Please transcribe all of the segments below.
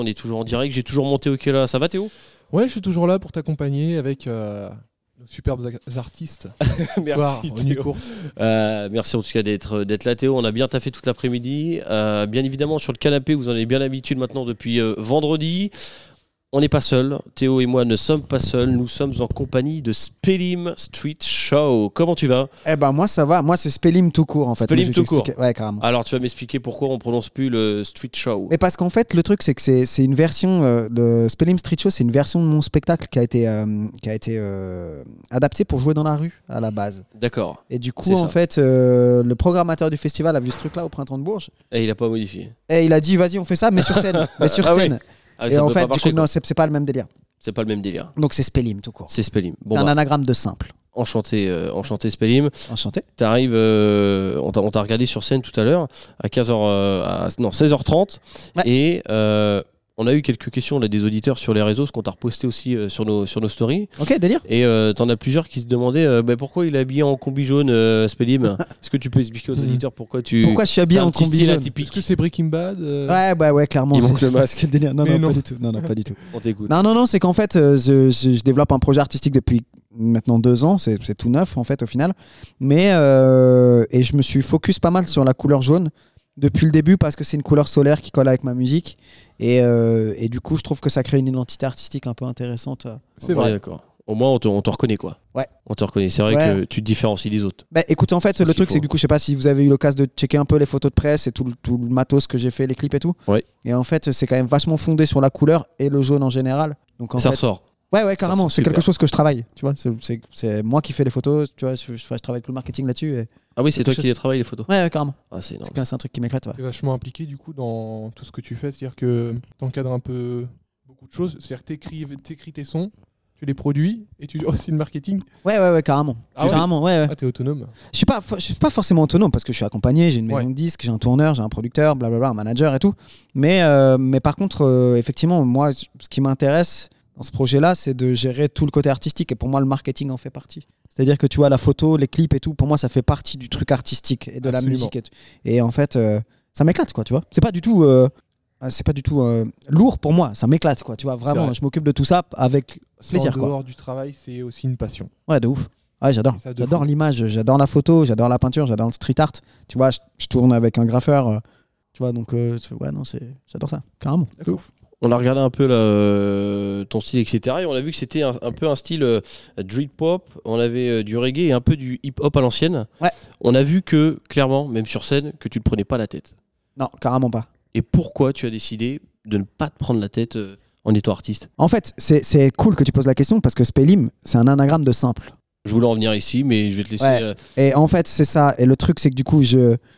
On est toujours en direct, j'ai toujours monté OK là. Ça va Théo ? Ouais, je suis toujours là pour t'accompagner avec nos superbes artistes. Merci Théo. Merci en tout cas d'être là Théo. On a bien taffé toute l'après-midi. Bien évidemment sur le canapé, vous en avez bien l'habitude maintenant depuis vendredi. On n'est pas seuls, Théo et moi ne sommes pas seuls, nous sommes en compagnie de Spelim Street Show. Comment tu vas ? Eh ben moi ça va, moi c'est Spelim tout court en fait. Spelim tout court. Ouais, carrément. Alors tu vas m'expliquer pourquoi on prononce plus le Street Show. Mais parce qu'en fait le truc c'est que c'est une version de Spelim Street Show, c'est une version de mon spectacle qui a été adaptée pour jouer dans la rue à la base. D'accord. Et du coup en fait le programmateur du festival a vu ce truc là au Printemps de Bourges. Et il a pas modifié. Et il a dit vas-y on fait ça mais sur scène. scène. Ouais. Ah, et en fait, du coup, non, c'est pas le même délire. C'est pas le même délire. Donc c'est Spelim tout court. C'est Spelim. Bon, c'est un anagramme de simple. Enchanté Spelim. Enchanté. T'arrives, on t'a regardé sur scène tout à l'heure à 16h30 ouais. Et on a eu quelques questions là, des auditeurs sur les réseaux, ce qu'on t'a reposté aussi sur nos stories. Ok, délire. Et t'en as plusieurs qui se demandaient pourquoi il est habillé en combi jaune, Spelim. Est-ce que tu peux expliquer aux auditeurs pourquoi je suis habillé en combi jaune ? Est-ce que c'est Breaking Bad Ouais, clairement. Il manque le masque. Délire. Non, pas du tout. Non, pas du tout. On t'écoute. Non, c'est qu'en fait, je développe un projet artistique depuis maintenant 2 ans. C'est tout neuf en fait au final. Mais et je me suis focus pas mal sur la couleur jaune. Depuis le début parce que c'est une couleur solaire qui colle avec ma musique et du coup je trouve que ça crée une identité artistique un peu intéressante. C'est vrai. D'accord. Au moins on te reconnaît quoi. Ouais. On te reconnaît. C'est vrai que tu te différencies des autres. Bah écoute en fait le truc c'est que du coup je sais pas si vous avez eu l'occasion de checker un peu les photos de presse et tout le matos que j'ai fait, les clips et tout. Ouais. Et en fait c'est quand même vachement fondé sur la couleur et le jaune en général. Donc ça ressort. Ouais, carrément. C'est quelque chose que je travaille. Tu vois, c'est moi qui fais les photos. Tu vois, je travaille tout le marketing là-dessus. Et ah oui, c'est toi qui les travailles les photos. Ouais, carrément. Ah, c'est énorme. C'est un truc qui m'éclate. Ouais. Tu es vachement impliqué du coup dans tout ce que tu fais, c'est-à-dire que tu encadres un peu beaucoup de choses. C'est-à-dire que t'écris tes sons, tu les produis et tu aussi le marketing. Ouais, carrément. Ah carrément, ouais. Ah, t'es autonome. Je suis pas forcément autonome parce que je suis accompagné. J'ai une maison de disques, j'ai un tourneur, j'ai un producteur, blablabla, un manager et tout. Mais par contre, effectivement, moi, ce qui m'intéresse dans ce projet-là, c'est de gérer tout le côté artistique. Et pour moi, le marketing en fait partie. C'est-à-dire que tu vois, la photo, les clips et tout, pour moi, ça fait partie du truc artistique et de la musique. Et en fait, ça m'éclate, quoi, tu vois. C'est pas du tout lourd pour moi. Ça m'éclate, quoi, tu vois. Vraiment, je m'occupe de tout ça avec plaisir, quoi. En dehors du travail, c'est aussi une passion. Ouais, de ouf. Ouais, j'adore. J'adore l'image, j'adore la photo, j'adore la peinture, j'adore le street art. Tu vois, je tourne avec un graffeur. Tu vois, donc, j'adore ça. Carrément. De ouf. On a regardé un peu ton style, etc. Et on a vu que c'était un peu un style drill pop. On avait du reggae et un peu du hip hop à l'ancienne. Ouais. On a vu que, clairement, même sur scène, que tu ne te prenais pas la tête. Non, carrément pas. Et pourquoi tu as décidé de ne pas te prendre la tête en étant artiste ? En fait, c'est cool que tu poses la question parce que Spelim, c'est un anagramme de simple. Je voulais en venir ici, mais je vais te laisser... Ouais. Et en fait, c'est ça. Et le truc, c'est que du coup,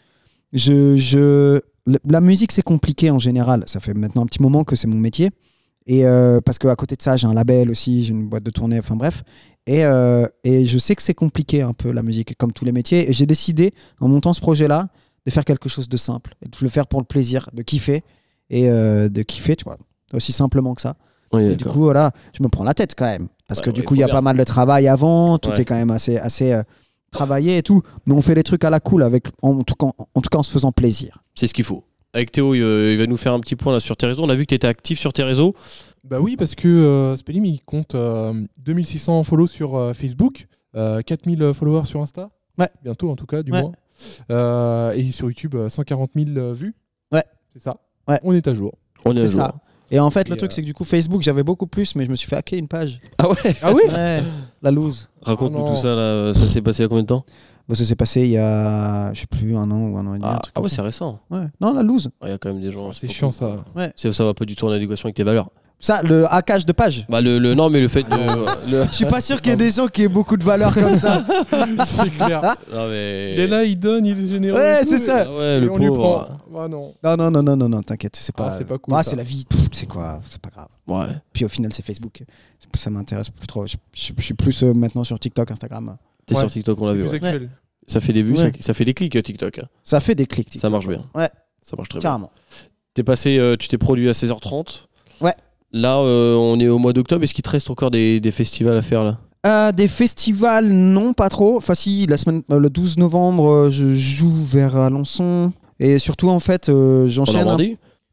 la musique c'est compliqué en général, ça fait maintenant un petit moment que c'est mon métier et parce qu'à côté de ça j'ai un label aussi, j'ai une boîte de tournée, enfin bref et je sais que c'est compliqué un peu la musique comme tous les métiers et j'ai décidé en montant ce projet là de faire quelque chose de simple et de le faire pour le plaisir, de kiffer et tu vois, aussi simplement que ça. Oui, et du coup voilà, je me prends la tête quand même parce que du coup il y a bien. pas mal de travail avant, tout est quand même assez travailler et tout, mais on fait les trucs à la cool en tout cas en se faisant plaisir. C'est ce qu'il faut. Avec Théo, il va nous faire un petit point là sur tes réseaux. On a vu que tu étais actif sur tes réseaux. Bah oui, parce que Spelim il compte 2600 follow sur Facebook, 4000 followers sur Insta. Ouais. Bientôt en tout cas, du moins. Et sur YouTube, 140 000 vues. Ouais. C'est ça. Ouais. On est à jour. On est à jour. Ça. Et en fait, le truc, c'est que du coup, Facebook, j'avais beaucoup plus, mais je me suis fait hacker une page. Ah ouais ? Ah oui ? Ouais, la loose. Raconte-nous tout ça, là. Ça s'est passé il y a combien de temps ? Ça s'est passé il y a, je sais plus, 1 an ou 1 an et demi. Ah ouais, c'est récent. Ouais. Non, la loose. Il y a quand même des gens... C'est chiant, ça. Ouais. Ça va pas du tout en adéquation avec tes valeurs. Ça, le hackage de page. Bah non, mais le fait de... Je suis pas sûr qu'il y ait des gens qui aient beaucoup de valeurs comme ça. C'est clair. Non, mais... Il est là, il donne, il est généreux. Ouais, et tout, c'est ça. Ah ouais, le on lui pauvre. prend. Ah non. Non, t'inquiète, c'est pas cool. c'est la vie, c'est quoi, c'est pas grave. Ouais. Puis au final, c'est Facebook. Ça m'intéresse plus trop. Je suis plus maintenant sur TikTok, Instagram. T'es sur TikTok, on l'a vu. Plus actuel. Ça fait des vues, Ouais. ça fait des clics TikTok. Ça fait des clics. TikTok. Ça marche bien. Ouais. Ça marche très Carrément. bien. Tu t'es produit à 16h30. Ouais. Là, on est au mois d'octobre. Est-ce qu'il te reste encore des festivals à faire là ? Des festivals, non, pas trop. Enfin, si, le 12 novembre, je joue vers Alençon. Et surtout, en fait, j'enchaîne. En Normandie ?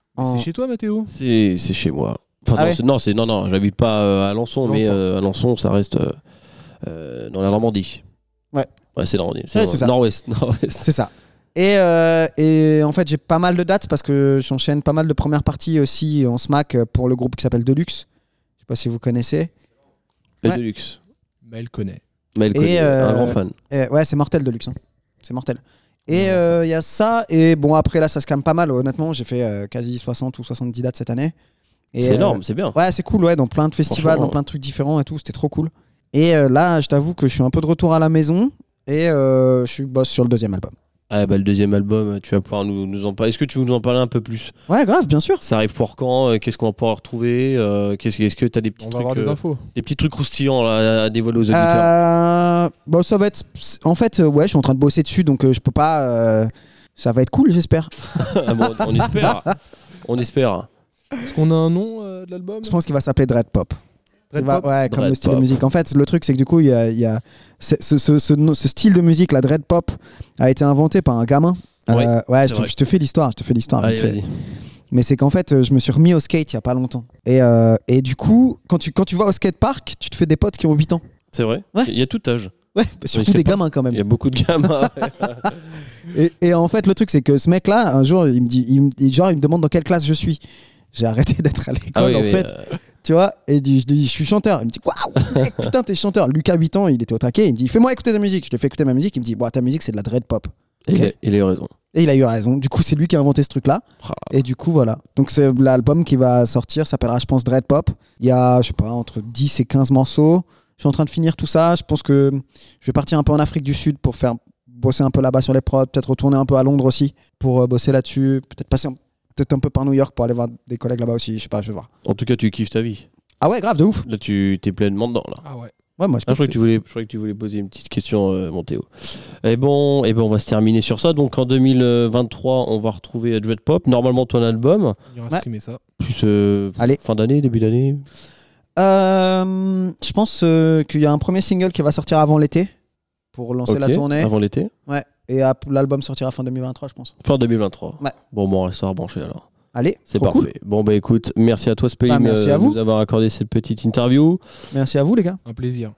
C'est chez toi, Mathéo? C'est chez moi. Enfin, Ah non, j'habite pas à Alençon, mais Alençon, ça reste dans la Normandie. Ouais, c'est Normandie. C'est ça. Nord-ouest. C'est ça. Et en fait, j'ai pas mal de dates parce que j'enchaîne pas mal de premières parties aussi en SMAC pour le groupe qui s'appelle Deluxe. Je sais pas si vous connaissez. Et Deluxe. Mais elle connaît. Un grand fan. Ouais, c'est mortel Deluxe. Hein. C'est mortel. Et il y a ça. Et bon, après là, ça se calme pas mal. Honnêtement, j'ai fait quasi 60 ou 70 dates cette année. Et, c'est énorme, c'est bien. Ouais, c'est cool, ouais, dans plein de festivals, dans plein de trucs différents et tout. C'était trop cool. Et là, je t'avoue que je suis un peu de retour à la maison. Et je bosse sur le deuxième album. Ah le deuxième album, tu vas pouvoir nous en parler. Est-ce que tu veux nous en parler un peu plus? Ouais, grave, bien sûr. Ça arrive pour quand? Qu'est-ce qu'on va pouvoir retrouver? Est-ce que tu as des petits On va trucs, avoir des infos. des petits trucs croustillants là, à dévoiler aux auditeurs? Bon, ça va être... En fait, ouais, je suis en train de bosser dessus, donc je peux pas... Ça va être cool, j'espère. Bon, on espère. On espère. Est-ce qu'on a un nom de l'album? Je pense qu'il va s'appeler Dread Pop. Dread Pop. Ouais, comme Dread le style Pop. de musique. En fait, le truc, c'est que du coup, il y a ce style de musique, la Dread Pop, a été inventé par un gamin. Ouais, Je te fais l'histoire. Allez, vite fait. vas-y. Mais c'est qu'en fait, je me suis remis au skate il y a pas longtemps. Et du coup, quand tu vas au skatepark, tu te fais des potes qui ont 8 ans. C'est vrai? Ouais. Il y a tout âge. Ouais, surtout je sais des pas. gamins quand même. Il y a beaucoup de gamins. Et en fait, le truc, c'est que ce mec-là, un jour, il me demande dans quelle classe je suis. J'ai arrêté d'être à l'école, en fait. Tu vois, et je lui dis, je suis chanteur. Il me dit, waouh, mec, putain, t'es chanteur. Lucas, 8 ans, il était au taquet. Il me dit, fais-moi écouter de la musique. Je lui fais écouter ma musique. Il me dit, ta musique, c'est de la dread pop. Okay. Il a eu raison. Et il a eu raison. Du coup, c'est lui qui a inventé ce truc-là. Et du coup, voilà. Donc, c'est l'album qui va sortir, s'appellera, je pense, Dread Pop. Il y a, je sais pas, entre 10 et 15 morceaux. Je suis en train de finir tout ça. Je pense que je vais partir un peu en Afrique du Sud pour bosser un peu là-bas sur les prods. Peut-être retourner un peu à Londres aussi pour bosser là-dessus. Peut-être passer un peu par New York pour aller voir des collègues là-bas aussi. Je sais pas, je vais voir. En tout cas, tu kiffes ta vie. Ah ouais, grave, de ouf. Là, tu t'es pleinement dedans. Là. Ah ouais. Ouais, moi, je croyais que tu voulais poser une petite question, mon Théo. Et bon, on va se terminer sur ça. Donc en 2023, on va retrouver Dread Pop. Normalement, ton album. Il va streamer ça. Plus Allez. Fin d'année, début d'année. Je pense qu'il y a un premier single qui va sortir avant l'été pour lancer la tournée. Avant l'été. Ouais. Et l'album sortira fin 2023, je pense. Fin 2023. Ouais. Bon, on restera rebranché alors. Allez, c'est parfait. Cool. Bon, écoute, merci à toi, Spélim, merci à vous. de nous avoir accordé cette petite interview. Merci à vous, les gars. Un plaisir.